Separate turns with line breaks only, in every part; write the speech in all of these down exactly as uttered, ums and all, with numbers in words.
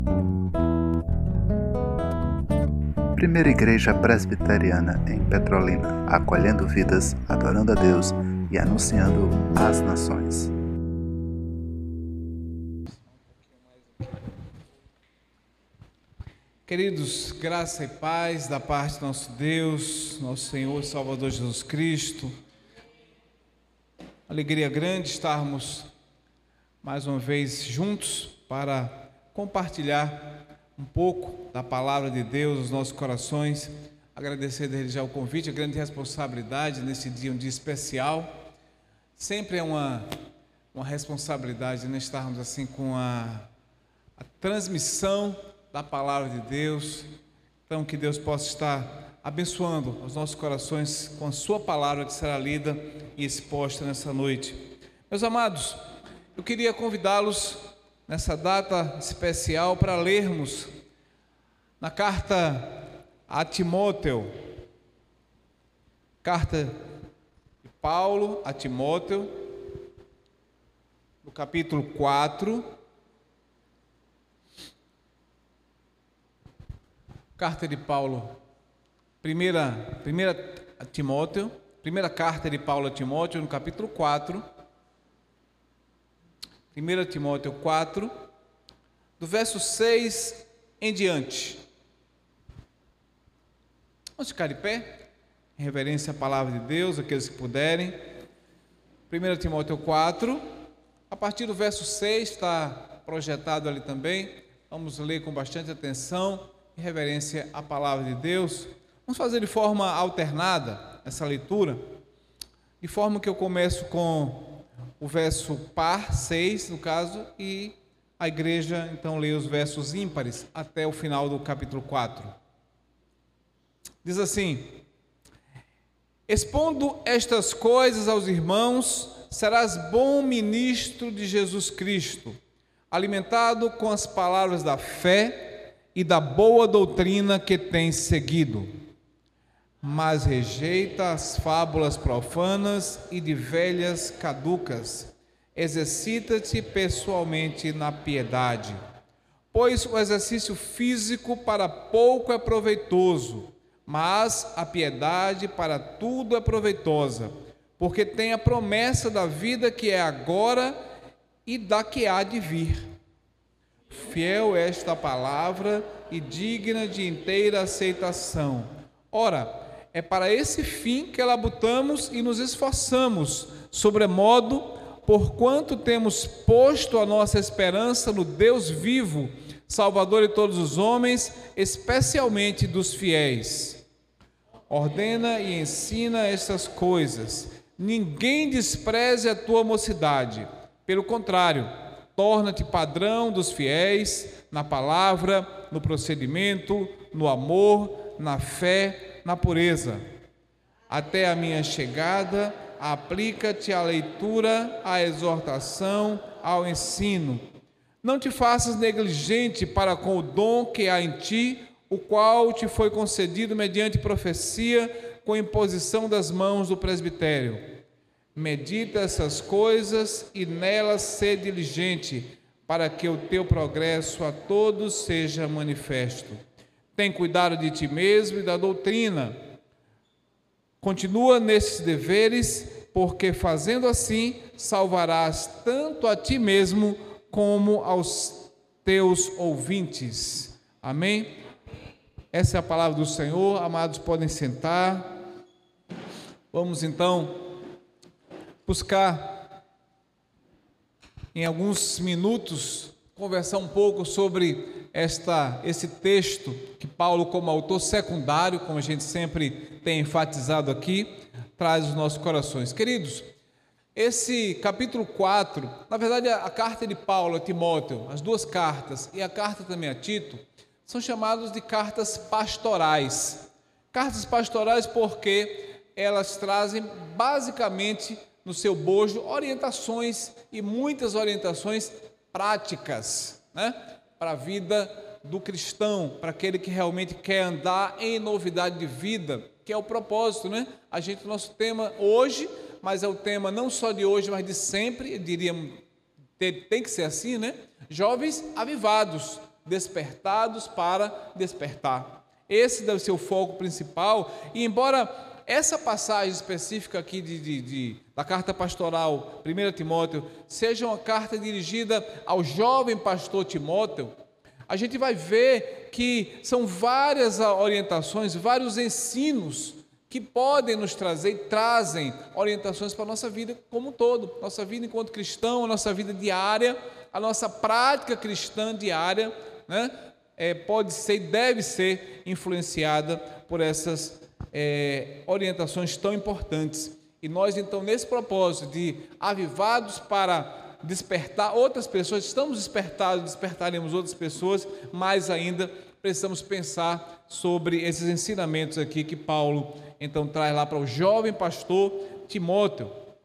Primeira Igreja Presbiteriana em Petrolina, acolhendo vidas, adorando a Deus e anunciando às nações.
Queridos, graça e paz da parte do nosso Deus, nosso Senhor e Salvador Jesus Cristo. Alegria grande estarmos mais uma vez juntos para compartilhar um pouco da palavra de Deus nos nossos corações. Agradecer desde já o convite, a grande responsabilidade nesse dia, um dia especial. Sempre é uma, uma responsabilidade, né, estarmos assim com a, a transmissão da palavra de Deus. Então, que Deus possa estar abençoando os nossos corações com a sua palavra que será lida e exposta nessa noite. Meus amados, eu queria convidá-los nessa data especial para lermos na carta a Timóteo, carta de Paulo a Timóteo, no capítulo quatro, carta de Paulo, primeira, primeira a Timóteo, primeira carta de Paulo a Timóteo, no capítulo quatro, primeira Timóteo quatro, do verso seis em diante. Vamos ficar de pé, em reverência à palavra de Deus, aqueles que puderem. primeira Timóteo quatro, a partir do verso seis, está projetado ali também. Vamos ler com bastante atenção, em reverência à palavra de Deus. Vamos fazer de forma alternada essa leitura, de forma que eu começo com o verso par, seis no caso, e a igreja então lê os versos ímpares até o final do capítulo quatro. Diz assim: expondo estas coisas aos irmãos, serás bom ministro de Jesus Cristo, alimentado com as palavras da fé e da boa doutrina que tens seguido, mas rejeita as fábulas profanas e de velhas caducas. Exercita-te pessoalmente na piedade, pois o exercício físico para pouco é proveitoso, mas a piedade para tudo é proveitosa, porque tem a promessa da vida que é agora e da que há de vir. Fiel é esta palavra e digna de inteira aceitação. Ora, é para esse fim que labutamos e nos esforçamos, sobremodo, porquanto temos posto a nossa esperança no Deus vivo, Salvador de todos os homens, especialmente dos fiéis. Ordena e ensina estas coisas. Ninguém despreze a tua mocidade. Pelo contrário, torna-te padrão dos fiéis na palavra, no procedimento, no amor, na fé, na pureza. Até a minha chegada, aplica-te à leitura, à exortação, ao ensino. Não te faças negligente para com o dom que há em ti, o qual te foi concedido mediante profecia, com imposição das mãos do presbitério. Medita essas coisas e nelas sê diligente, para que o teu progresso a todos seja manifesto. Tem cuidado de ti mesmo e da doutrina. Continua nesses deveres, porque fazendo assim, salvarás tanto a ti mesmo como aos teus ouvintes. Amém? Essa é a palavra do Senhor. Amados, podem sentar. Vamos então buscar em alguns minutos conversar um pouco sobre esta, esse texto que Paulo, como autor secundário, como a gente sempre tem enfatizado aqui, traz os nossos corações. Queridos, esse capítulo quatro, na verdade a, a carta de Paulo a Timóteo, as duas cartas e a carta também a Tito, são chamados de cartas pastorais. Cartas pastorais porque elas trazem basicamente no seu bojo orientações e muitas orientações práticas, né, para a vida do cristão, para aquele que realmente quer andar em novidade de vida, que é o propósito, né? A gente, nosso tema hoje, mas é o tema não só de hoje, mas de sempre, eu diria, tem que ser assim, né? Jovens avivados, despertados para despertar. Esse deve ser o foco principal, e embora essa passagem específica aqui de, de, de, da carta pastoral primeira Timóteo seja uma carta dirigida ao jovem pastor Timóteo, a gente vai ver que são várias orientações, vários ensinos que podem nos trazer e trazem orientações para a nossa vida como um todo, nossa vida enquanto cristão, a nossa vida diária, a nossa prática cristã diária, né? É, pode ser e deve ser influenciada por essas é, orientações tão importantes. E nós, então, nesse propósito de avivados para despertar outras pessoas, estamos despertados, despertaremos outras pessoas, mais ainda precisamos pensar sobre esses ensinamentos aqui que Paulo, então, traz lá para o jovem pastor Timóteo.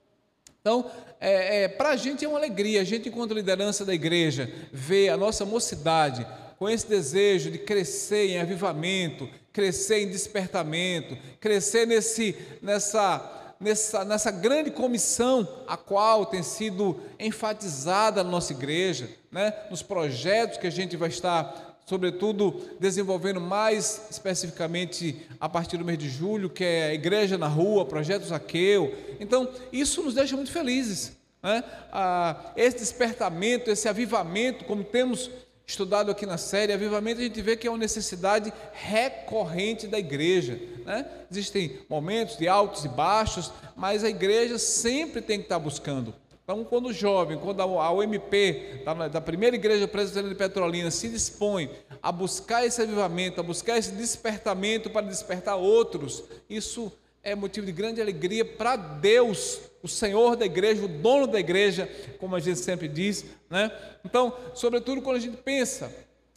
Então, é, é, para a gente é uma alegria, a gente, enquanto liderança da igreja, ver a nossa mocidade com esse desejo de crescer em avivamento, crescer em despertamento, crescer nesse, nessa, nessa, nessa grande comissão a qual tem sido enfatizada na nossa igreja, né? Nos projetos que a gente vai estar, sobretudo, desenvolvendo mais especificamente a partir do mês de julho, que é a Igreja na Rua, Projeto Zaqueu. Então, isso nos deixa muito felizes, né? Ah, esse despertamento, esse avivamento, como temos estudado aqui na série Avivamento, a gente vê que é uma necessidade recorrente da igreja, né? Existem momentos de altos e baixos, mas a igreja sempre tem que estar buscando. Então, quando o jovem, quando a U M P, da primeira igreja presbiteriana de Petrolina, se dispõe a buscar esse avivamento, a buscar esse despertamento para despertar outros, isso é motivo de grande alegria para Deus, o Senhor da igreja, o dono da igreja, como a gente sempre diz, né? Então, sobretudo quando a gente pensa,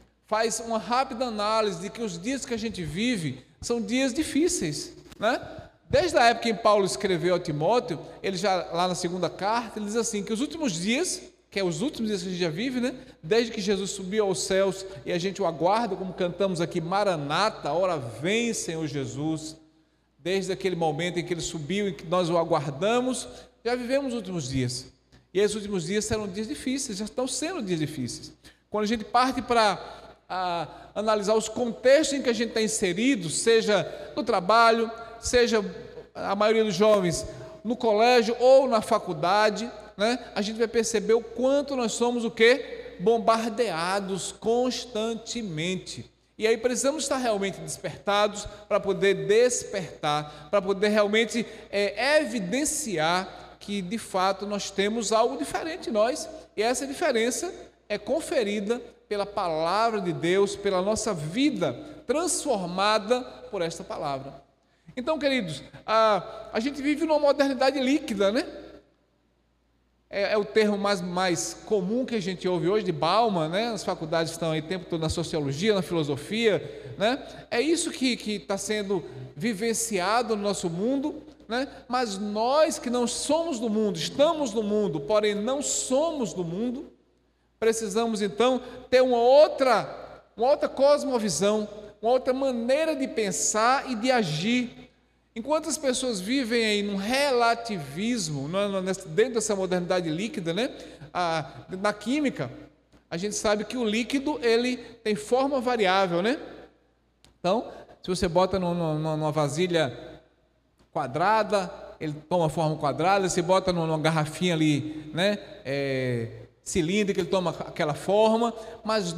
faz uma rápida análise de que os dias que a gente vive são dias difíceis, né? Desde a época em que Paulo escreveu a Timóteo, ele já lá na segunda carta, ele diz assim, que os últimos dias, que é os últimos dias que a gente já vive, né? Desde que Jesus subiu aos céus e a gente o aguarda, como cantamos aqui, Maranata, ora vem, Senhor Jesus. Desde aquele momento em que ele subiu e que nós o aguardamos, já vivemos os últimos dias. E esses últimos dias serão dias difíceis, já estão sendo dias difíceis. Quando a gente parte para a, analisar os contextos em que a gente está inserido, seja no trabalho, seja a maioria dos jovens no colégio ou na faculdade, né, a gente vai perceber o quanto nós somos o quê? Bombardeados constantemente. E aí precisamos estar realmente despertados para poder despertar, para poder realmente é, evidenciar que de fato nós temos algo diferente em nós. E essa diferença é conferida pela palavra de Deus, pela nossa vida transformada por esta palavra. Então, queridos, a, a gente vive numa modernidade líquida, né? É, é o termo mais, mais comum que a gente ouve hoje, de Bauman, né? As faculdades estão aí o tempo todo na sociologia, na filosofia, né? É isso que está sendo vivenciado no nosso mundo, né? Mas nós que não somos do mundo, estamos no mundo, porém não somos do mundo, precisamos então ter uma outra, uma outra cosmovisão, uma outra maneira de pensar e de agir. Enquanto as pessoas vivem aí num relativismo, dentro dessa modernidade líquida, né? Ah, na química, a gente sabe que o líquido ele tem forma variável, né? Então, se você bota numa, numa vasilha quadrada, ele toma forma quadrada. Se bota numa garrafinha ali, né? É, cilíndrica, ele toma aquela forma. Mas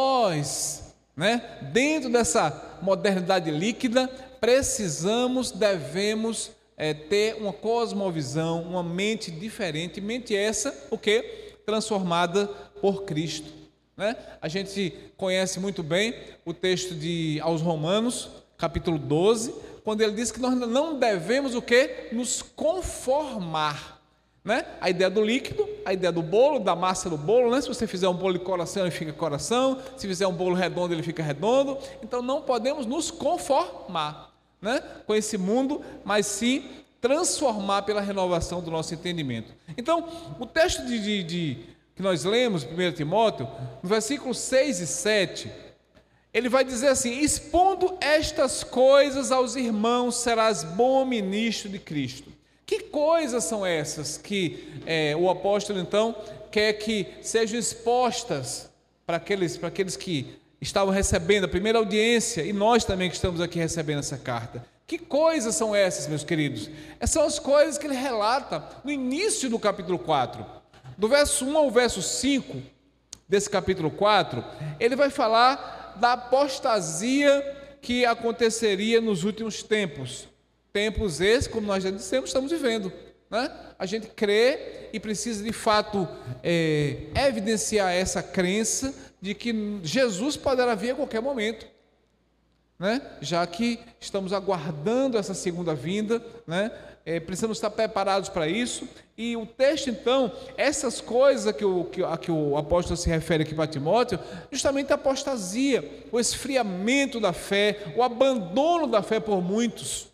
nós, né? Dentro dessa modernidade líquida, precisamos, devemos é, ter uma cosmovisão, uma mente diferente, mente essa, o quê? Transformada por Cristo, né? A gente conhece muito bem o texto de aos Romanos, capítulo doze, quando ele diz que nós não devemos o quê? Nos conformar, né? A ideia do líquido, a ideia do bolo, da massa do bolo, né? Se você fizer um bolo de coração, ele fica coração, se fizer um bolo redondo, ele fica redondo. Então não podemos nos conformar, né, com esse mundo, mas sim transformar pela renovação do nosso entendimento. Então, o texto de, de, de, que nós lemos, primeiro Timóteo, no versículo seis e sete, ele vai dizer assim: expondo estas coisas aos irmãos, serás bom ministro de Cristo. Que coisas são essas que é, o apóstolo, então, quer que sejam expostas para aqueles, para aqueles que estavam recebendo a primeira audiência, e nós também que estamos aqui recebendo essa carta. Que coisas são essas, meus queridos? Essas são as coisas que ele relata no início do capítulo quatro. Do verso um ao verso cinco desse capítulo quatro, ele vai falar da apostasia que aconteceria nos últimos tempos. Tempos esses, como nós já dissemos, estamos vivendo, né? A gente crê e precisa de fato é, evidenciar essa crença de que Jesus poderá vir a qualquer momento, né? Já que estamos aguardando essa segunda vinda, né? É, precisamos estar preparados para isso. E o texto, então, essas coisas a que o, que, a que o apóstolo se refere aqui para Timóteo, justamente a apostasia, o esfriamento da fé, o abandono da fé por muitos.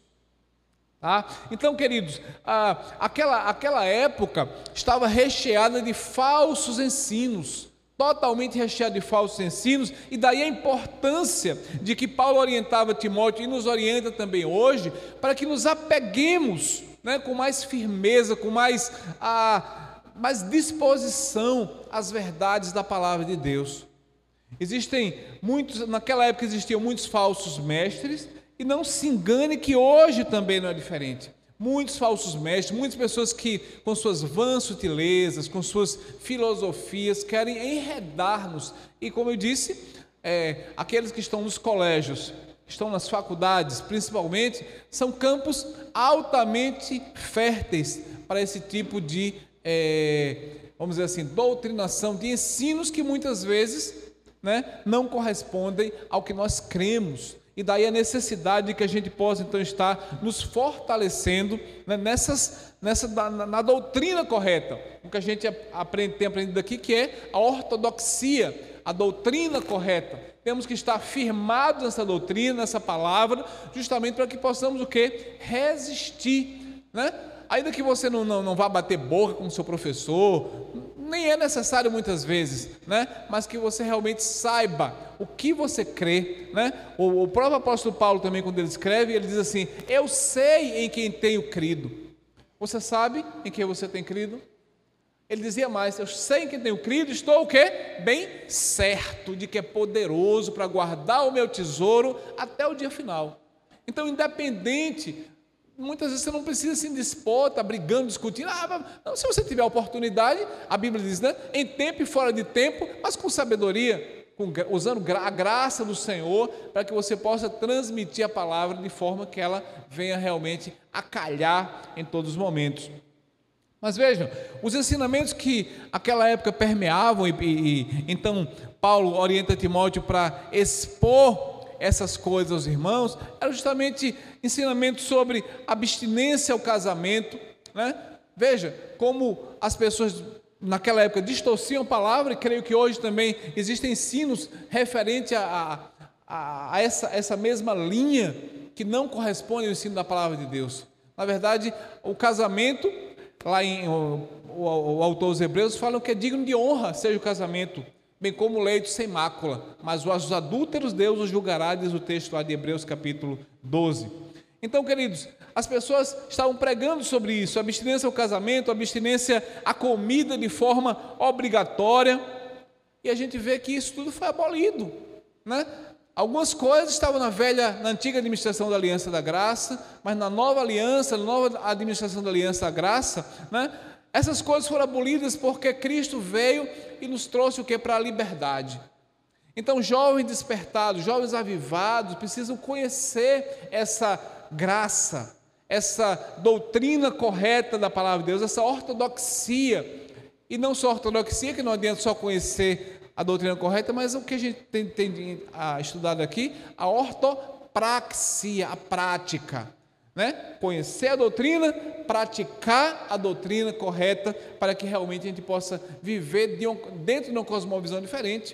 Tá? Então, queridos, a, aquela, aquela época estava recheada de falsos ensinos, totalmente recheada de falsos ensinos, e daí a importância de que Paulo orientava Timóteo e nos orienta também hoje, para que nos apeguemos, né, com mais firmeza, com mais, a, mais disposição às verdades da palavra de Deus. Existem muitos, naquela época existiam muitos falsos mestres, e não se engane que hoje também não é diferente. Muitos falsos mestres, muitas pessoas que com suas vãs sutilezas, com suas filosofias, querem enredar-nos. E como eu disse, é, aqueles que estão nos colégios, estão nas faculdades, principalmente, são campos altamente férteis para esse tipo de, é, vamos dizer assim, doutrinação, de ensinos que muitas vezes, né, não correspondem ao que nós cremos. E daí a necessidade de que a gente possa então estar nos fortalecendo, né, nessas, nessa, na, na doutrina correta, o que a gente aprende, tem aprendido aqui, que é a ortodoxia, a doutrina correta. Temos que estar firmados nessa doutrina, nessa palavra, justamente para que possamos o quê? Resistir, né? Ainda que você não, não, não vá bater boca com o seu professor, nem é necessário muitas vezes, né? Mas que você realmente saiba o que você crê, né? O, o próprio apóstolo Paulo também, quando ele escreve, ele diz assim: eu sei em quem tenho crido. Você sabe em quem você tem crido? Ele dizia mais: eu sei em quem tenho crido, estou o quê? Bem certo de que é poderoso para guardar o meu tesouro até o dia final. Então, independente, muitas vezes você não precisa se indispor, estar brigando, discutindo. Ah, não, se você tiver a oportunidade, a Bíblia diz, né? Em tempo e fora de tempo, mas com sabedoria, com, usando a graça do Senhor, para que você possa transmitir a palavra de forma que ela venha realmente a calhar em todos os momentos. Mas vejam, os ensinamentos que aquela época permeavam, e, e, e então Paulo orienta Timóteo para expor essas coisas aos irmãos, eram justamente ensinamentos sobre abstinência ao casamento, né? Veja como as pessoas naquela época distorciam a palavra, e creio que hoje também existem ensinos referentes a, a, a essa, essa mesma linha que não corresponde ao ensino da palavra de Deus. Na verdade, o casamento, lá em o, o, o autor dos Hebreus fala que é digno de honra seja o casamento, bem como o leito sem mácula, mas os adúlteros Deus os julgará, diz o texto lá de Hebreus capítulo doze. Então, queridos, as pessoas estavam pregando sobre isso, abstinência ao casamento, abstinência à comida de forma obrigatória, e a gente vê que isso tudo foi abolido, né? Algumas coisas estavam na velha, na antiga administração da Aliança da Graça, mas na nova aliança, na nova administração da Aliança da Graça, né? Essas coisas foram abolidas porque Cristo veio e nos trouxe o que? Para a liberdade. Então, jovens despertados, jovens avivados, precisam conhecer essa graça, essa doutrina correta da palavra de Deus, essa ortodoxia. E não só ortodoxia, que não adianta só conhecer a doutrina correta, mas o que a gente tem, tem ah, estudado aqui, a ortopraxia, a prática. Né? Conhecer a doutrina, praticar a doutrina correta, para que realmente a gente possa viver de um, dentro de uma cosmovisão diferente.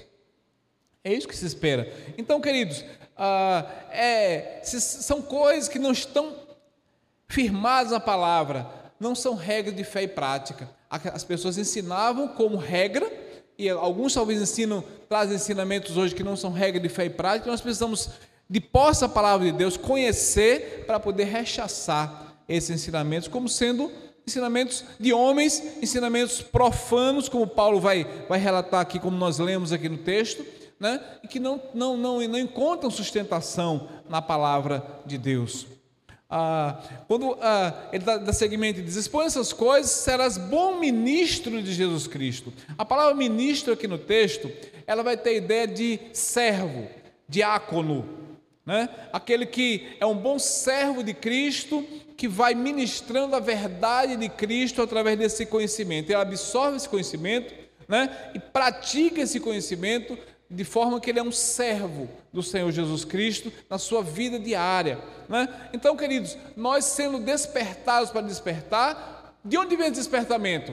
É isso que se espera. Então, queridos, ah, é, se, são coisas que não estão firmadas na palavra, não são regras de fé e prática. As pessoas ensinavam como regra, e alguns talvez ensinam, trazem ensinamentos hoje que não são regra de fé e prática. Nós precisamos de posse da palavra de Deus, conhecer para poder rechaçar esses ensinamentos como sendo ensinamentos de homens, ensinamentos profanos, como Paulo vai, vai relatar aqui, como nós lemos aqui no texto, né? E que não, não, não, não encontram sustentação na palavra de Deus. Ah, quando ah, ele dá, dá seguimento e diz: expõe essas coisas, serás bom ministro de Jesus Cristo. A palavra ministro aqui no texto, ela vai ter a ideia de servo, diácono, né? Aquele que é um bom servo de Cristo, que vai ministrando a verdade de Cristo através desse conhecimento. Ele absorve esse conhecimento, né? E pratica esse conhecimento de forma que ele é um servo do Senhor Jesus Cristo na sua vida diária, né? Então, queridos, nós sendo despertados para despertar, de onde vem o despertamento?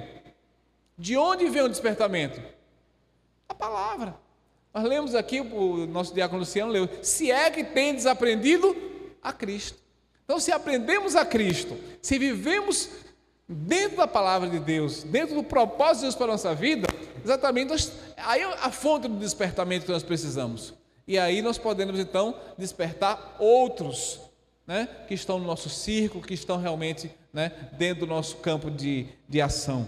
De onde vem o despertamento? A palavra. Nós lemos aqui, o nosso diácono Luciano leu: se é que tendes aprendido a Cristo. Então, se aprendemos a Cristo, se vivemos dentro da palavra de Deus, dentro do propósito de Deus para a nossa vida, exatamente, nós, aí é a fonte do despertamento que nós precisamos. E aí nós podemos então despertar outros, né, que estão no nosso círculo, que estão realmente, né, dentro do nosso campo de, de ação.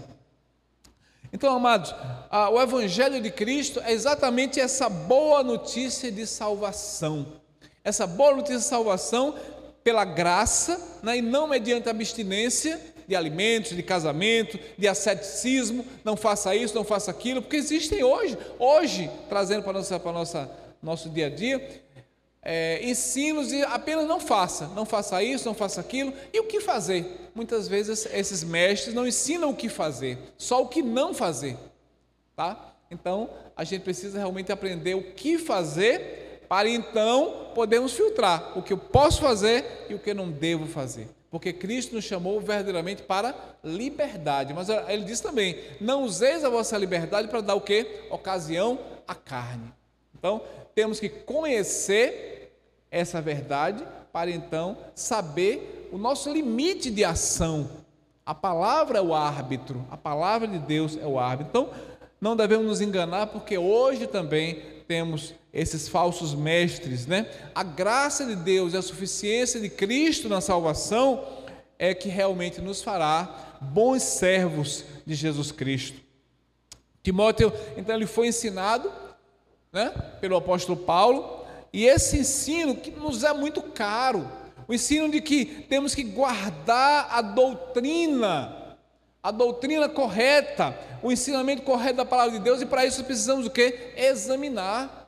Então, amados, a, o Evangelho de Cristo é exatamente essa boa notícia de salvação. Essa boa notícia de salvação pela graça, né, e não mediante abstinência de alimentos, de casamento, de asceticismo, não faça isso, não faça aquilo, porque existem hoje, hoje, trazendo para nossa, para nossa, nosso dia a dia, é, ensinos de apenas não faça, não faça isso, não faça aquilo, e o que fazer? Muitas vezes esses mestres não ensinam o que fazer, só o que não fazer, tá? Então, a gente precisa realmente aprender o que fazer, para então podermos filtrar o que eu posso fazer e o que eu não devo fazer. Porque Cristo nos chamou verdadeiramente para liberdade. Mas ele diz também: não useis a vossa liberdade para dar o quê? Ocasião à carne. Então, temos que conhecer essa verdade para então saber o nosso limite de ação. A palavra é o árbitro, a palavra de Deus é o árbitro. Então, não devemos nos enganar, porque hoje também temos esses falsos mestres, né? A graça de Deus e a suficiência de Cristo na salvação é que realmente nos fará bons servos de Jesus Cristo. Timóteo, então, ele foi ensinado, né, pelo apóstolo Paulo, e esse ensino que nos é muito caro, o ensino de que temos que guardar a doutrina, a doutrina correta, o ensinamento correto da palavra de Deus, e para isso precisamos o quê? Examinar.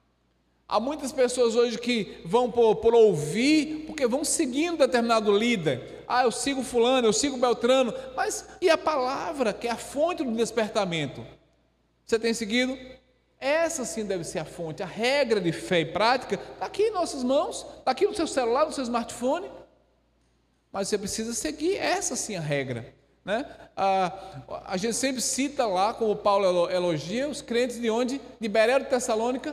Há muitas pessoas hoje que vão por, por ouvir, porque vão seguindo determinado líder. Ah, eu sigo fulano, eu sigo Beltrano, mas e a palavra, que é a fonte do despertamento? Você tem seguido? Essa sim deve ser a fonte, a regra de fé e prática está aqui em nossas mãos, está aqui no seu celular, no seu smartphone, mas você precisa seguir essa sim a regra, né? A, a gente sempre cita lá, como Paulo elogia, os crentes de onde? De Bereia de Tessalônica.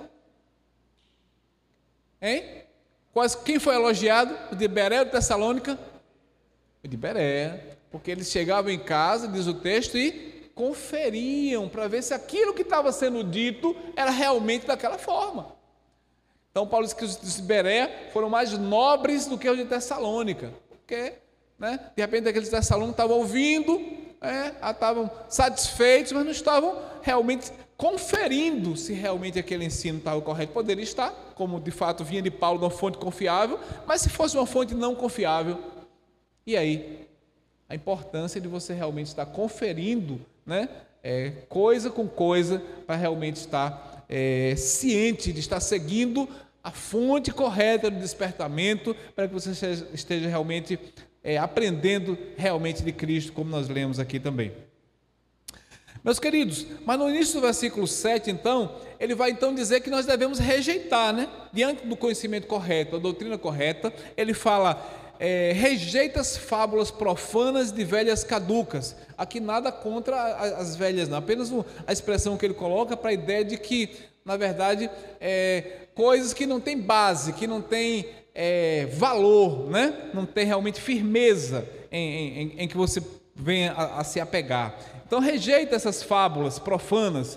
Hein? Quais, quem foi elogiado? O de Bereia de Tessalônica? O de Bereia, porque eles chegavam em casa, diz o texto, e conferiam para ver se aquilo que estava sendo dito era realmente daquela forma. Então Paulo diz que os de Bereia foram mais nobres do que os de Tessalônica, porque, né, de repente aqueles de Tessalônica estavam ouvindo, é, estavam satisfeitos, mas não estavam realmente conferindo se realmente aquele ensino estava correto. Poderia estar, como de fato vinha de Paulo, de uma fonte confiável, mas se fosse uma fonte não confiável, e aí? A importância de você realmente estar conferindo, né, é, coisa com coisa, para realmente estar é, ciente de estar seguindo a fonte correta do despertamento, para que você esteja realmente é, aprendendo realmente de Cristo, como nós lemos aqui também. Meus queridos, mas no início do versículo sete, então, ele vai então dizer que nós devemos rejeitar, né? Diante do conhecimento correto, da doutrina correta, ele fala, é, rejeita as fábulas profanas de velhas caducas. Aqui nada contra as velhas, não, apenas a expressão que ele coloca para a ideia de que, na verdade, é, coisas que não têm base, que não têm é, valor, né? Não tem realmente firmeza em, em, em que você venha a, a se apegar. Então rejeita essas fábulas profanas,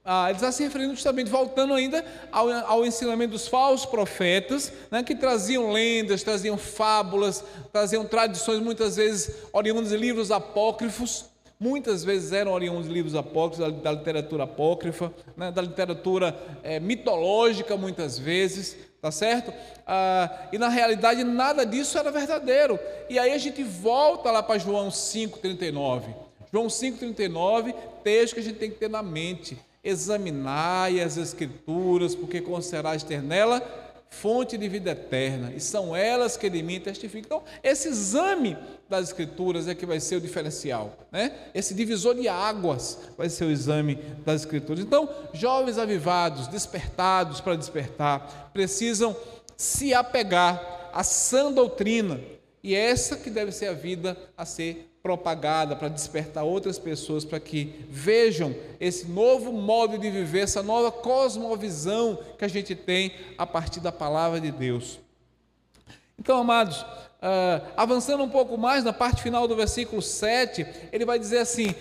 ah, ele está se referindo justamente, voltando ainda ao, ao ensinamento dos falsos profetas, né, que traziam lendas, traziam fábulas, traziam tradições, muitas vezes oriundas de livros apócrifos, muitas vezes eram oriundos de livros apócrifos, da, da literatura apócrifa, né, da literatura é, mitológica, muitas vezes, tá certo? Ah, e na realidade nada disso era verdadeiro. E aí a gente volta lá para João cinco, trinta e nove. João cinco, trinta e nove, texto que a gente tem que ter na mente. Examinai as Escrituras, porque considerais ter nela fonte de vida eterna, e são elas que de mim testificam. Então, esse exame das Escrituras é que vai ser o diferencial, né? Esse divisor de águas vai ser o exame das Escrituras. Então, jovens avivados, despertados para despertar, precisam se apegar à sã doutrina, e essa que deve ser a vida a ser propagada para despertar outras pessoas para que vejam esse novo modo de viver, essa nova cosmovisão que a gente tem a partir da palavra de Deus. Então, amados, uh, avançando um pouco mais na parte final do versículo sete, ele vai dizer assim: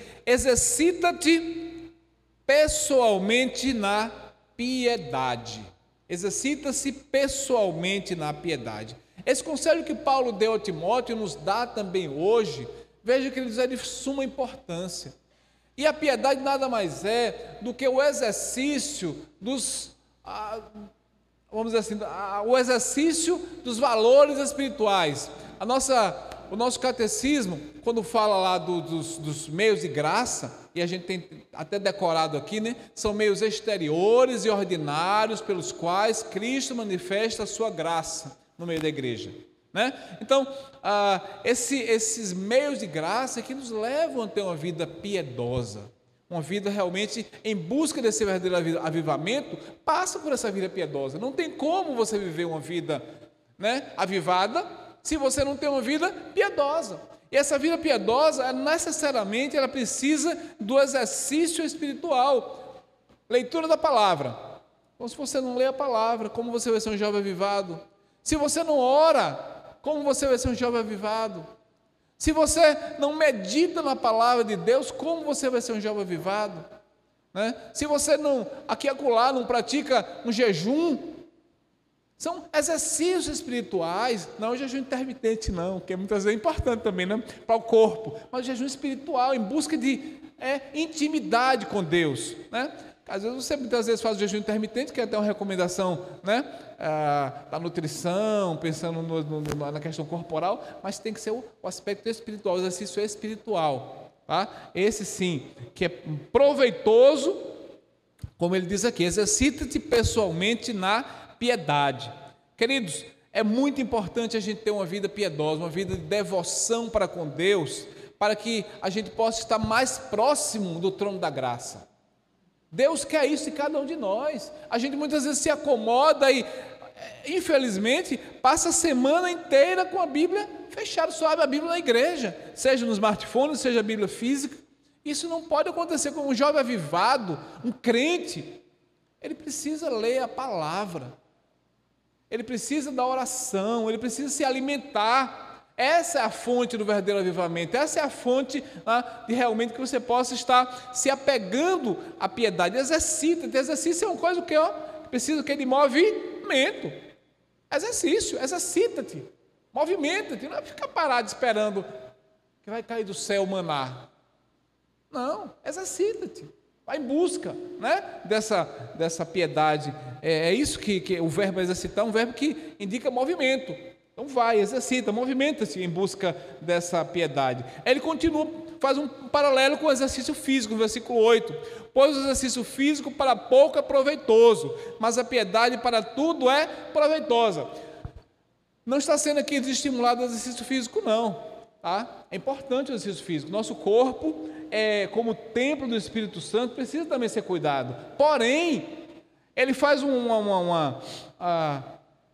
exercita-te pessoalmente na piedade. Exercita-se pessoalmente na piedade. Esse conselho que Paulo deu a Timóteo nos dá também hoje. Veja que ele diz, é de suma importância. E a piedade nada mais é do que o exercício dos, ah, vamos dizer assim, ah, o exercício dos valores espirituais. A nossa, o nosso catecismo, quando fala lá do, dos, dos meios de graça, e a gente tem até decorado aqui, né? São meios exteriores e ordinários pelos quais Cristo manifesta a sua graça no meio da igreja. Né? Então, ah, esse, esses meios de graça que nos levam a ter uma vida piedosa, uma vida realmente em busca desse verdadeiro avivamento, passa por essa vida piedosa. Não tem como você viver uma vida, né, avivada se você não tem uma vida piedosa. E essa vida piedosa, necessariamente, ela precisa do exercício espiritual, leitura da palavra. Então, se você não lê a palavra, como você vai ser um jovem avivado? Se você não ora, como você vai ser um jovem avivado? Se você não medita na palavra de Deus, como você vai ser um jovem avivado? Né? Se você não, aqui e acolá, não pratica um jejum, são exercícios espirituais, não o jejum intermitente não, que muitas vezes é importante também, né, para o corpo, mas o jejum espiritual, em busca de é, intimidade com Deus, né? Às vezes você muitas vezes faz o jejum intermitente, que é até uma recomendação, né, ah, da nutrição, pensando no, no, na questão corporal, mas tem que ser o, o aspecto espiritual, o exercício espiritual, tá? Esse sim, que é proveitoso, como ele diz aqui, exercita-te pessoalmente na piedade. Queridos, é muito importante a gente ter uma vida piedosa, uma vida de devoção para com Deus, para que a gente possa estar mais próximo do trono da graça. Deus quer isso de cada um de nós. A gente muitas vezes se acomoda e, infelizmente, passa a semana inteira com a Bíblia fechada, só abre a Bíblia na igreja, seja no smartphone, seja a Bíblia física. Isso não pode acontecer com um jovem avivado, um crente. Ele precisa ler a palavra, ele precisa da oração, ele precisa se alimentar. Essa é a fonte do verdadeiro avivamento, essa é a fonte ah, de realmente que você possa estar se apegando à piedade. Exercita, exercício é uma coisa que ó, precisa que de movimento. Exercício, exercita-te, movimenta-te, não é ficar parado esperando que vai cair do céu maná. Não, exercita-te, vai em busca, né, dessa, dessa piedade. É, é isso que, que o verbo exercitar é um verbo que indica movimento. Então vai, exercita, movimenta-se em busca dessa piedade. Ele continua, faz um paralelo com o exercício físico, no versículo oito. Pois o exercício físico para pouco é proveitoso, mas a piedade para tudo é proveitosa. Não está sendo aqui desestimulado o exercício físico, não. Tá? É importante o exercício físico. Nosso corpo, é, como templo do Espírito Santo, precisa também ser cuidado. Porém, ele faz uma... uma, uma, uma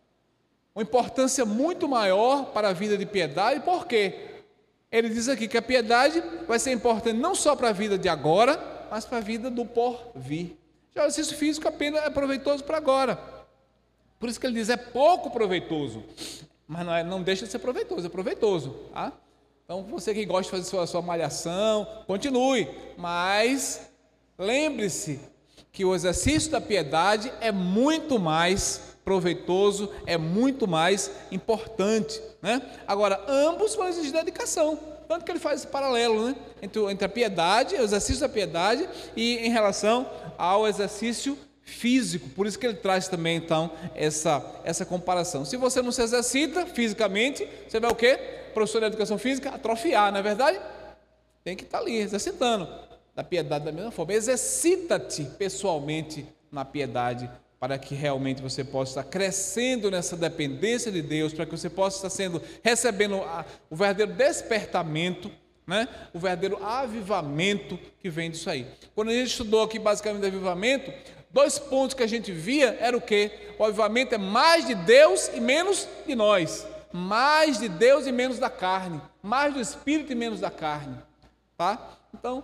uma importância muito maior para a vida de piedade. Por quê? Ele diz aqui que a piedade vai ser importante não só para a vida de agora, mas para a vida do porvir. Já o exercício físico apenas é proveitoso para agora. Por isso que ele diz, é pouco proveitoso. Mas não, é, não deixa de ser proveitoso, é proveitoso. Tá? Então, você que gosta de fazer sua, sua malhação, continue. Mas lembre-se que o exercício da piedade é muito mais proveitoso, é muito mais importante, né? Agora, ambos vão exigir dedicação, tanto que ele faz esse paralelo, né? entre, entre a piedade, o exercício da piedade, e em relação ao exercício físico. Por isso que ele traz também, então, essa, essa comparação. Se você não se exercita fisicamente, você vai o quê? Professor de educação física, atrofiar, não é verdade? Tem que estar ali, exercitando. Da piedade da mesma forma. Exercita-te pessoalmente na piedade, para que realmente você possa estar crescendo nessa dependência de Deus, para que você possa estar sendo, recebendo a, o verdadeiro despertamento, né? O verdadeiro avivamento que vem disso aí. Quando a gente estudou aqui basicamente avivamento, dois pontos que a gente via era o quê? O avivamento é mais de Deus e menos de nós, mais de Deus e menos da carne, mais do Espírito e menos da carne, tá? Então,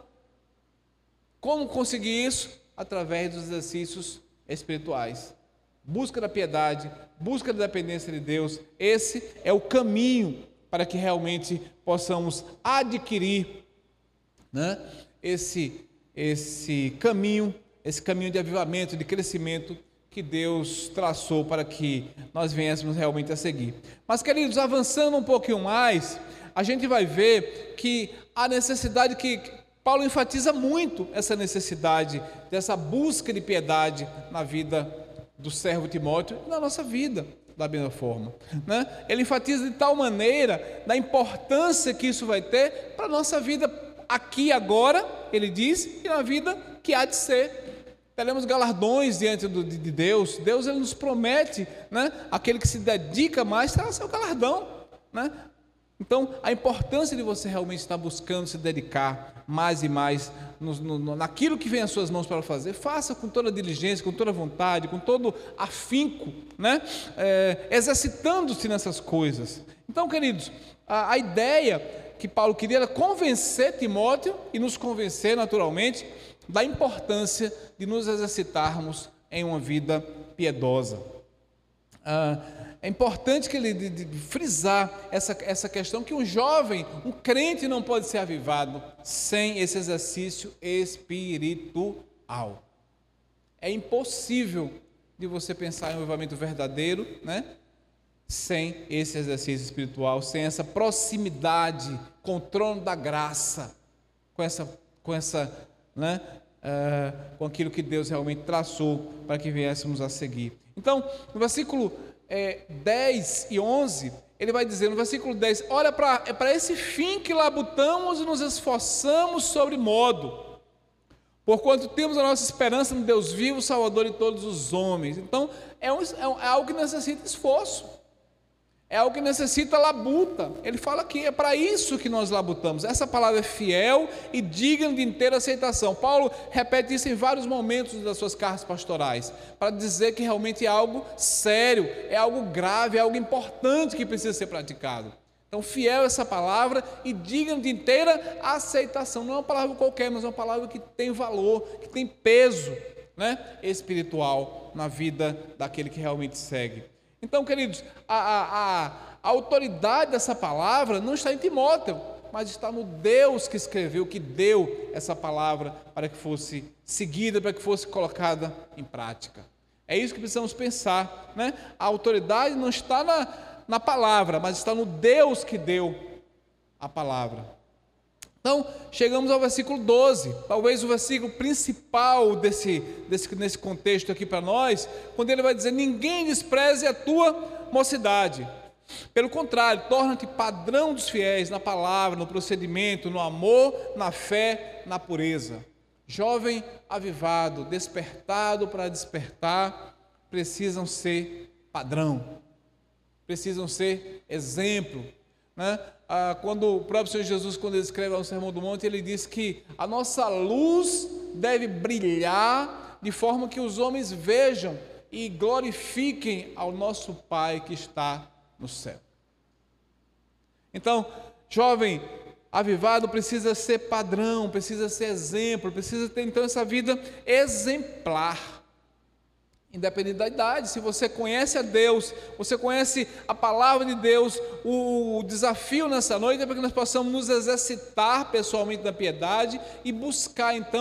como conseguir isso? Através dos exercícios espirituais. Busca da piedade, busca da dependência de Deus. Esse é o caminho para que realmente possamos adquirir, né, esse, esse caminho, esse caminho de avivamento, de crescimento que Deus traçou para que nós viéssemos realmente a seguir. Mas, queridos, avançando um pouquinho mais, a gente vai ver que a necessidade que Paulo enfatiza muito essa necessidade dessa busca de piedade na vida do servo Timóteo e na nossa vida, da mesma forma, né? Ele enfatiza de tal maneira da importância que isso vai ter para a nossa vida aqui agora, ele diz, e na vida que há de ser. Teremos galardões diante do, de Deus. Deus ele nos promete, né? Aquele que se dedica mais terá seu galardão, né? Então, a importância de você realmente estar buscando se dedicar mais e mais no, no, naquilo que vem às suas mãos para fazer, faça com toda diligência, com toda vontade, com todo afinco, né? É, exercitando-se nessas coisas. Então, queridos, a, a ideia que Paulo queria era convencer Timóteo e nos convencer naturalmente da importância de nos exercitarmos em uma vida piedosa. Ah, é importante que ele de, de, frisar essa, essa questão que um jovem, um crente não pode ser avivado sem esse exercício espiritual. É impossível de você pensar em um avivamento verdadeiro, né, sem esse exercício espiritual, sem essa proximidade com o trono da graça, com essa, com essa, né, uh, com aquilo que Deus realmente traçou para que viéssemos a seguir. Então, no versículo é, dez e onze, ele vai dizer, no versículo dez, olha para é para esse fim que labutamos e nos esforçamos sobre modo, porquanto temos a nossa esperança no Deus vivo, Salvador de todos os homens. Então, é, um, é algo que necessita esforço, é algo que necessita labuta. Ele fala que é para isso que nós labutamos. Essa palavra é fiel e digna de inteira aceitação. Paulo repete isso em vários momentos das suas cartas pastorais, para dizer que realmente é algo sério, é algo grave, é algo importante que precisa ser praticado. Então, fiel essa palavra e digna de inteira aceitação. Não é uma palavra qualquer, mas é uma palavra que tem valor, que tem peso, né, espiritual na vida daquele que realmente segue. Então, queridos, a, a, a autoridade dessa palavra não está em Timóteo, mas está no Deus que escreveu, que deu essa palavra para que fosse seguida, para que fosse colocada em prática. É isso que precisamos pensar, né? A autoridade não está na, na palavra, mas está no Deus que deu a palavra. Então, chegamos ao versículo doze, talvez o versículo principal desse, desse, nesse contexto aqui para nós, quando ele vai dizer, ninguém despreze a tua mocidade. Pelo contrário, torna-te padrão dos fiéis na palavra, no procedimento, no amor, na fé, na pureza. Jovem avivado, despertado para despertar, precisam ser padrão, precisam ser exemplo, né? Ah, quando o próprio Senhor Jesus, quando ele escreve no Sermão do Monte, ele diz que a nossa luz deve brilhar de forma que os homens vejam e glorifiquem ao nosso Pai que está no céu. Então, jovem avivado precisa ser padrão, precisa ser exemplo, precisa ter então essa vida exemplar. Independente da idade, se você conhece a Deus, você conhece a palavra de Deus, o desafio nessa noite é para que nós possamos nos exercitar pessoalmente na piedade e buscar então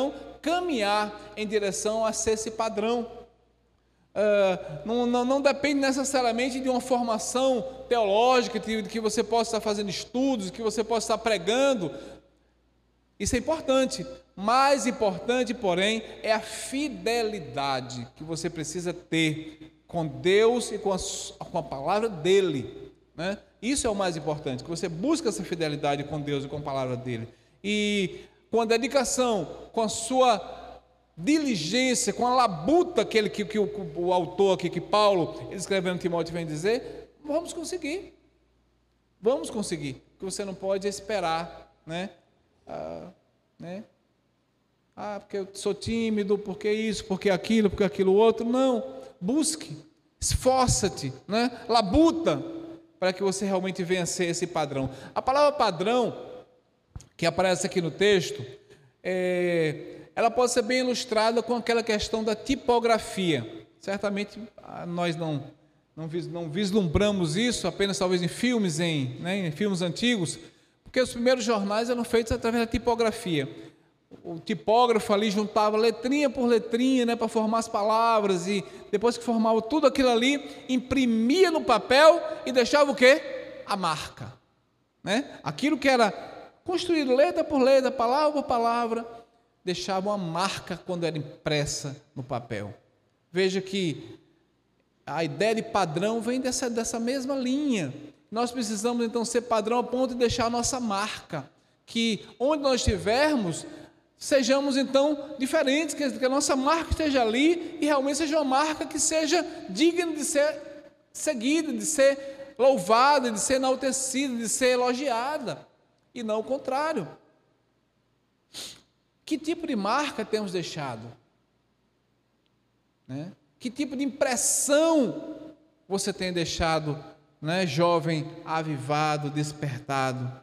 caminhar em direção a ser esse padrão. Uh, não, não, não depende necessariamente de uma formação teológica, de, de que você possa estar fazendo estudos, que você possa estar pregando. Isso é importante. Mais importante, porém, é a fidelidade que você precisa ter com Deus e com a, com a palavra dele, né? Isso é o mais importante, que você busca essa fidelidade com Deus e com a palavra dele. E com a dedicação, com a sua diligência, com a labuta que, ele, que, que o, o autor aqui, que Paulo, escrevendo Timóteo, vem dizer, vamos conseguir. Vamos conseguir. O que você não pode esperar, né? Ah, né? Ah, porque eu sou tímido, porque isso, porque aquilo, porque aquilo outro. Não. Busque, esforça-te, né? Labuta, para que você realmente venha a ser esse padrão. A palavra padrão, que aparece aqui no texto, é... ela pode ser bem ilustrada com aquela questão da tipografia. Certamente nós não, não, vis, não vislumbramos isso apenas talvez em filmes, em, né, em filmes antigos, porque os primeiros jornais eram feitos através da tipografia. O tipógrafo ali juntava letrinha por letrinha, né, para formar as palavras, e depois que formava tudo aquilo ali, imprimia no papel e deixava o quê? A marca, né? Aquilo que era construído letra por letra, palavra por palavra, deixava uma marca quando era impressa no papel. Veja que a ideia de padrão vem dessa, dessa mesma linha. Nós precisamos então ser padrão a ponto de deixar a nossa marca, que onde nós estivermos, sejamos então diferentes, que a nossa marca esteja ali e realmente seja uma marca que seja digna de ser seguida, de ser louvada, de ser enaltecida, de ser elogiada, e não o contrário. Que tipo de marca temos deixado? Né? Que tipo de impressão você tem deixado, né, jovem avivado, despertado?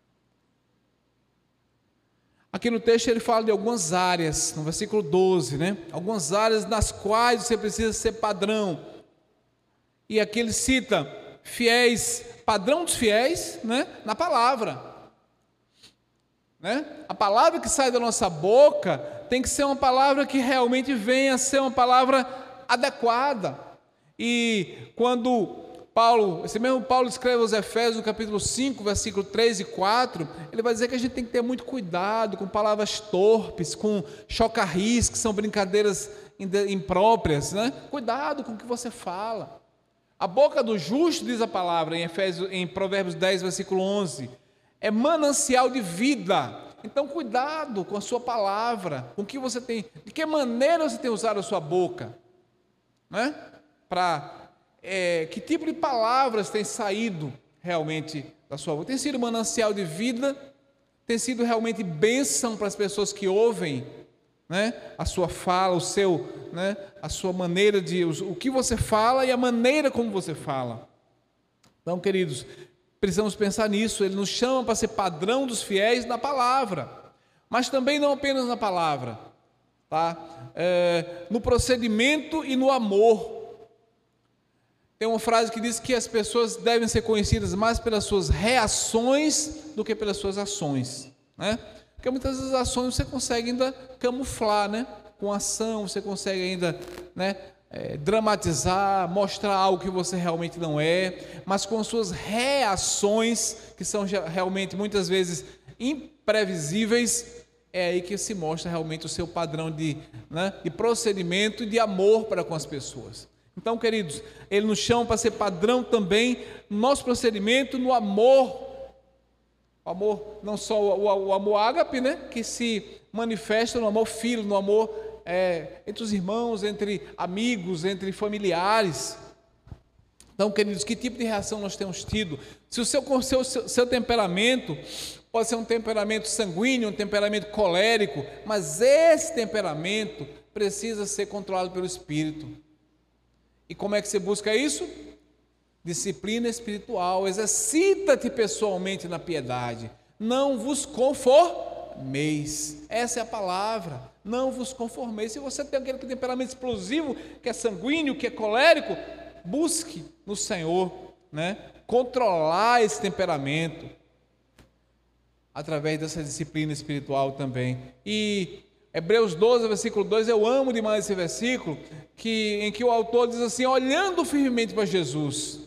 Aqui no texto ele fala de algumas áreas, no versículo doze, né? Algumas áreas nas quais você precisa ser padrão. E aqui ele cita fiéis, padrão dos fiéis, né, na palavra. Né? A palavra que sai da nossa boca tem que ser uma palavra que realmente venha a ser uma palavra adequada. E quando Paulo, esse mesmo Paulo escreve aos Efésios, no capítulo cinco, versículo três e quatro, ele vai dizer que a gente tem que ter muito cuidado com palavras torpes, com chocarris, que são brincadeiras impróprias, né? Cuidado com o que você fala. A boca do justo, diz a palavra em, Efésios, em Provérbios dez, versículo onze, é manancial de vida. Então cuidado com a sua palavra, com o que você tem, de que maneira você tem usado a sua boca, né? Para é, que tipo de palavras tem saído realmente da sua boca? Tem sido manancial de vida? Tem sido realmente bênção para as pessoas que ouvem, né, a sua fala, o seu, né, a sua maneira de, o que você fala e a maneira como você fala? Então, queridos, precisamos pensar nisso. Ele nos chama para ser padrão dos fiéis na palavra, mas também não apenas na palavra, tá? É, no procedimento e no amor. Tem uma frase que diz que as pessoas devem ser conhecidas mais pelas suas reações do que pelas suas ações, né? Porque muitas das ações você consegue ainda camuflar, né? Com ação você consegue ainda, né, é, dramatizar, mostrar algo que você realmente não é, mas com as suas reações, que são realmente muitas vezes imprevisíveis, é aí que se mostra realmente o seu padrão de, né, de procedimento e de amor para com as pessoas. Então, queridos, ele nos chama para ser padrão também no nosso procedimento, no amor. O amor, não só o, o amor ágape, né, que se manifesta no amor filho, no amor é, entre os irmãos, entre amigos, entre familiares. Então, queridos, que tipo de reação nós temos tido? Se o seu, seu, seu temperamento pode ser um temperamento sanguíneo, um temperamento colérico, mas esse temperamento precisa ser controlado pelo Espírito. E como é que você busca isso? Disciplina espiritual. Exercita-te pessoalmente na piedade. Não vos conformeis. Essa é a palavra. Não vos conformeis. Se você tem aquele temperamento explosivo, que é sanguíneo, que é colérico, busque no Senhor, né, controlar esse temperamento através dessa disciplina espiritual também. E Hebreus doze, versículo dois, eu amo demais esse versículo, que, em que o autor diz assim, olhando firmemente para Jesus,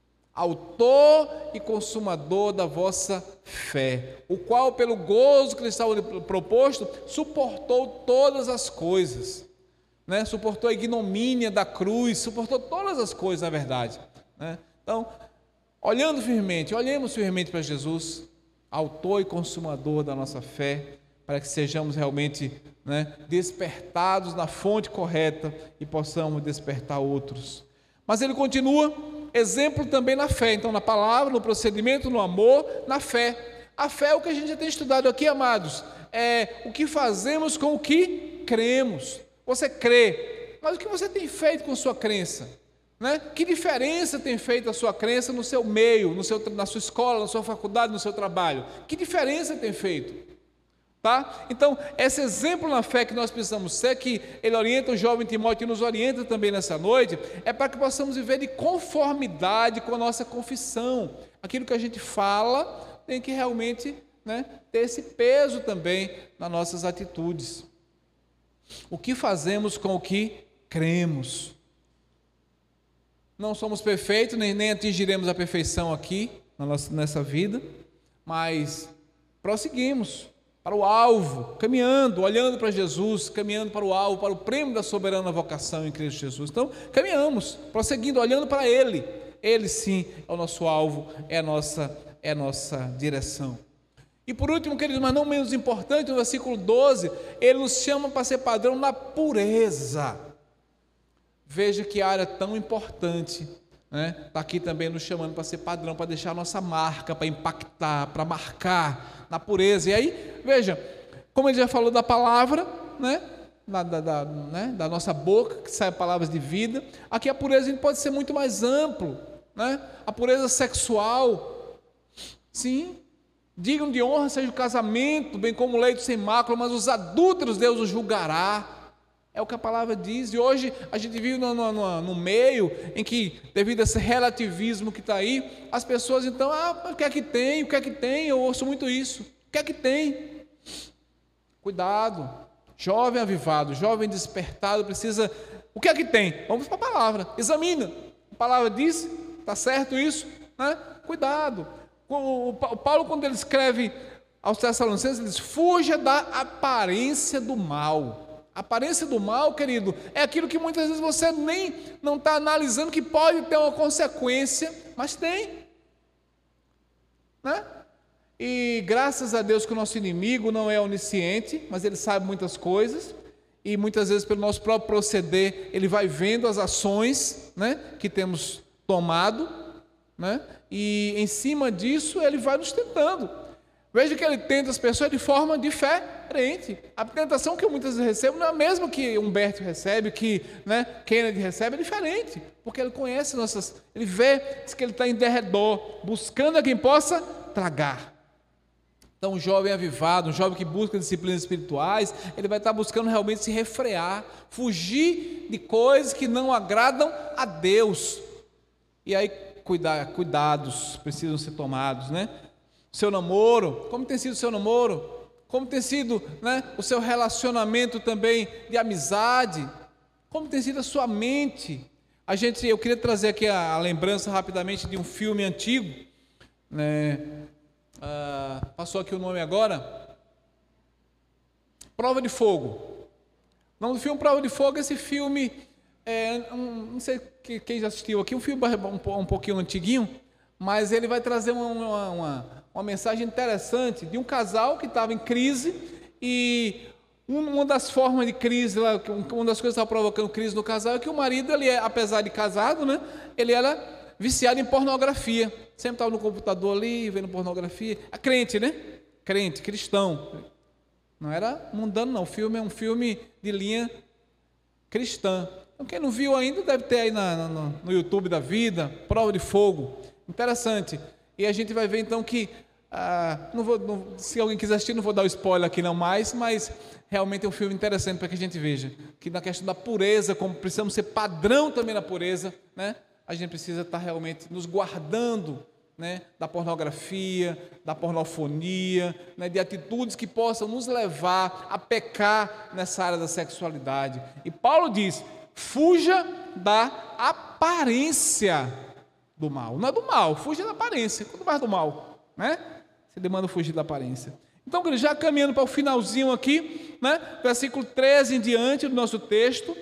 autor e consumador da vossa fé, o qual pelo gozo que lhe estava proposto, suportou todas as coisas, né? Suportou a ignomínia da cruz, suportou todas as coisas, na verdade, né? Então, olhando firmemente, olhemos firmemente para Jesus, autor e consumador da nossa fé, para que sejamos realmente, né, despertados na fonte correta e possamos despertar outros. Mas ele continua, exemplo também na fé, então na palavra, no procedimento, no amor, na fé. A fé é o que a gente já tem estudado aqui, amados, é o que fazemos com o que cremos. Você crê, mas o que você tem feito com sua crença? Né? Que diferença tem feito a sua crença no seu meio, no seu, na sua escola, na sua faculdade, no seu trabalho? Que diferença tem feito? Tá? Então, esse exemplo na fé que nós precisamos ser, que ele orienta o jovem Timóteo e nos orienta também nessa noite, é para que possamos viver de conformidade com a nossa confissão. Aquilo que a gente fala tem que realmente, né, ter esse peso também nas nossas atitudes. O que fazemos com o que cremos? Não somos perfeitos, nem, nem atingiremos a perfeição aqui na nossa, nessa vida, mas prosseguimos para o alvo, caminhando, olhando para Jesus, caminhando para o alvo, para o prêmio da soberana vocação em Cristo Jesus. Então, caminhamos, prosseguindo, olhando para Ele. Ele sim é o nosso alvo, é a nossa, é a nossa direção. E por último, queridos, mas não menos importante, no versículo doze, Ele nos chama para ser padrão na pureza. Veja que área tão importante, né? Está aqui também nos chamando para ser padrão, para deixar a nossa marca, para impactar, para marcar na pureza. E aí, veja, como ele já falou da palavra, né? Da, da, da, né? da nossa boca, que saem palavras de vida, aqui a pureza a gente pode ser muito mais amplo, né? A pureza sexual, sim, digam de honra seja o casamento, bem como o leito sem mácula, mas os adúlteros Deus os julgará. É o que a palavra diz, e hoje a gente vive no, no, no meio em que, devido a esse relativismo que está aí, as pessoas então, ah, o que é que tem, o que é que tem, eu ouço muito isso, o que é que tem? Cuidado, jovem avivado, jovem despertado, precisa, o que é que tem? Vamos para a palavra, examina, a palavra diz, está certo isso? Né? Cuidado, o, o Paulo quando ele escreve aos Tessalonicenses, ele diz, fuja da aparência do mal. A aparência do mal, querido, é aquilo que muitas vezes você nem não está analisando que pode ter uma consequência, mas tem, né? E graças a Deus que o nosso inimigo não é onisciente, mas ele sabe muitas coisas, e muitas vezes pelo nosso próprio proceder, ele vai vendo as ações, né, que temos tomado, né, e em cima disso ele vai nos tentando. Veja que ele tenta as pessoas de forma diferente. A tentação que eu muitas vezes recebo não é a mesma que Humberto recebe, que, né, Kennedy recebe, é diferente, porque ele conhece nossas, ele vê, diz que ele está em derredor, buscando a quem possa tragar. Então, um jovem avivado, um jovem que busca disciplinas espirituais, ele vai estar buscando realmente se refrear, fugir de coisas que não agradam a Deus. E aí, cuidar, cuidados precisam ser tomados, né? Seu namoro, como tem sido o seu namoro? Como tem sido, né, o seu relacionamento também de amizade? Como tem sido a sua mente? A gente, eu queria trazer aqui a, a lembrança rapidamente de um filme antigo, né? Ah, passou aqui o nome agora, Prova de Fogo. O nome do filme Prova de Fogo, esse filme, é, um, não sei quem já assistiu aqui, um filme um, um pouquinho antiguinho, mas ele vai trazer uma, uma, uma uma mensagem interessante de um casal que estava em crise e uma das formas de crise, uma das coisas que estava provocando crise no casal é que o marido, ele é, apesar de casado, né, ele era viciado em pornografia, sempre estava no computador ali, vendo pornografia, a crente, né, crente, cristão, não era mundano não, o filme é um filme de linha cristã. Então quem não viu ainda deve ter aí na, no, no YouTube da vida, Prova de Fogo, interessante. E a gente vai ver então que, ah, não vou, não, se alguém quiser assistir, não vou dar o spoiler aqui não mais, mas realmente é um filme interessante para que a gente veja, que na questão da pureza, como precisamos ser padrão também na pureza, né, a gente precisa estar realmente nos guardando, né, da pornografia, da pornofonia, né, de atitudes que possam nos levar a pecar nessa área da sexualidade. E Paulo diz: fuja da aparência do mal. Não é do mal, fuja da aparência. Quanto mais do mal, né? Você demanda fugir da aparência. Então, já caminhando para o finalzinho aqui, né, versículo treze em diante do nosso texto,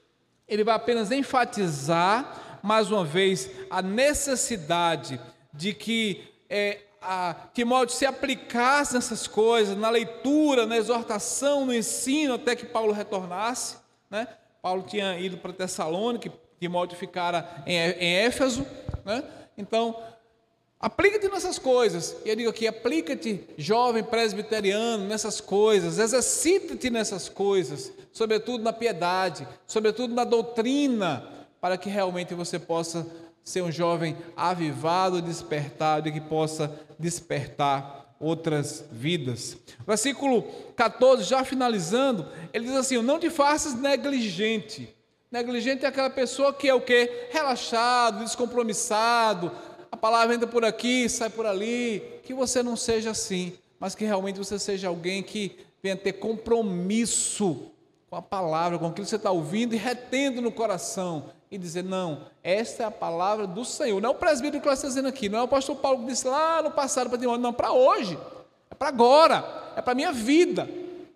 ele vai apenas enfatizar mais uma vez a necessidade de que é, a, Timóteo se aplicasse nessas coisas, na leitura, na exortação, no ensino, até que Paulo retornasse, né? Paulo tinha ido para Tessalônica, Timóteo ficara em, em Éfeso, né? Então, aplica-te nessas coisas. E eu digo aqui, aplica-te, jovem presbiteriano, nessas coisas, exercita-te nessas coisas, sobretudo na piedade, sobretudo na doutrina, para que realmente você possa ser um jovem avivado, despertado e que possa despertar outras vidas. Versículo catorze, já finalizando, ele diz assim: não te faças negligente. Negligente é aquela pessoa que é o quê? Relaxado, descompromissado, a palavra entra por aqui, sai por ali. Que você não seja assim, mas que realmente você seja alguém que venha ter compromisso com a palavra, com aquilo que você está ouvindo e retendo no coração, e dizer: não, esta é a palavra do Senhor. Não é o presbítero que está dizendo aqui, não é o apóstolo Paulo que disse lá no passado para Timóteo, não, para hoje, é para agora, é para a minha vida.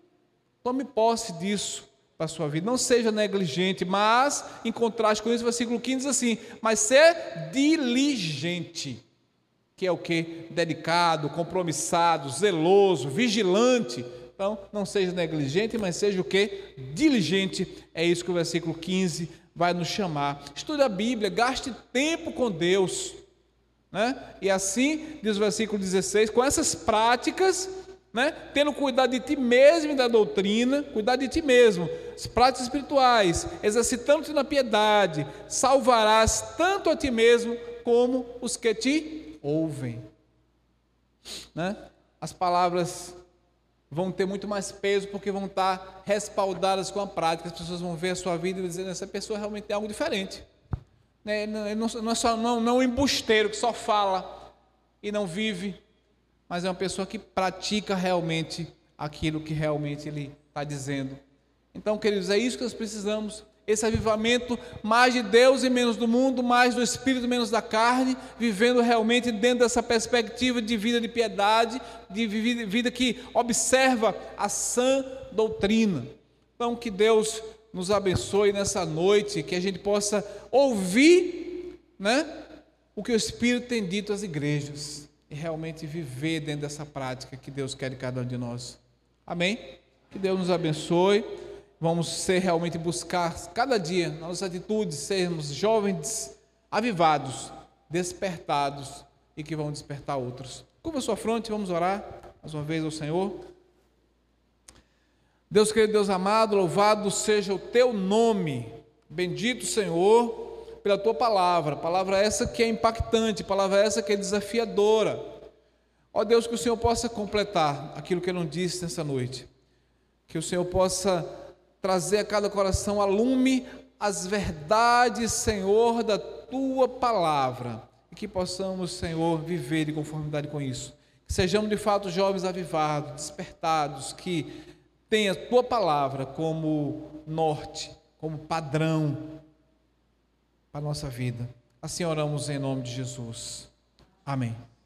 Tome posse disso para a sua vida, não seja negligente, mas, em contraste com isso, o versículo quinze diz assim: mas ser diligente, que é o que? Dedicado, compromissado, zeloso, vigilante. Então, não seja negligente, mas seja o que? Diligente. É isso que o versículo quinze vai nos chamar. Estude a Bíblia, gaste tempo com Deus, né? E assim, diz o versículo dezesseis, com essas práticas, né, tendo cuidado de ti mesmo e da doutrina, cuidado de ti mesmo, as práticas espirituais, exercitando-te na piedade, salvarás tanto a ti mesmo como os que te ouvem, né? As palavras vão ter muito mais peso porque vão estar respaldadas com a prática. As pessoas vão ver a sua vida e dizer: essa pessoa realmente tem algo diferente, né? Não, não é só não, não um embusteiro que só fala e não vive, mas é uma pessoa que pratica realmente aquilo que realmente ele está dizendo. Então, queridos, é isso que nós precisamos, esse avivamento, mais de Deus e menos do mundo, mais do Espírito menos da carne, vivendo realmente dentro dessa perspectiva de vida de piedade, de vida, vida que observa a sã doutrina. Então, que Deus nos abençoe nessa noite, que a gente possa ouvir, né, o que o Espírito tem dito às igrejas, e realmente viver dentro dessa prática que Deus quer de cada um de nós. Amém? Que Deus nos abençoe. Vamos ser realmente buscar cada dia, nas nossas atitudes, sermos jovens avivados, despertados e que vão despertar outros. Curva a sua fronte, vamos orar mais uma vez ao Senhor. Deus querido, Deus amado, louvado seja o teu nome. Bendito Senhor, pela tua palavra, palavra essa que é impactante, palavra essa que é desafiadora. Ó Deus, que o Senhor possa completar aquilo que eu não disse nessa noite, que o Senhor possa trazer a cada coração a lume as verdades, Senhor, da tua palavra, e que possamos, Senhor, viver de conformidade com isso, que sejamos de fato jovens avivados, despertados, que tenha a tua palavra como norte, como padrão para a nossa vida. Assim oramos em nome de Jesus. Amém.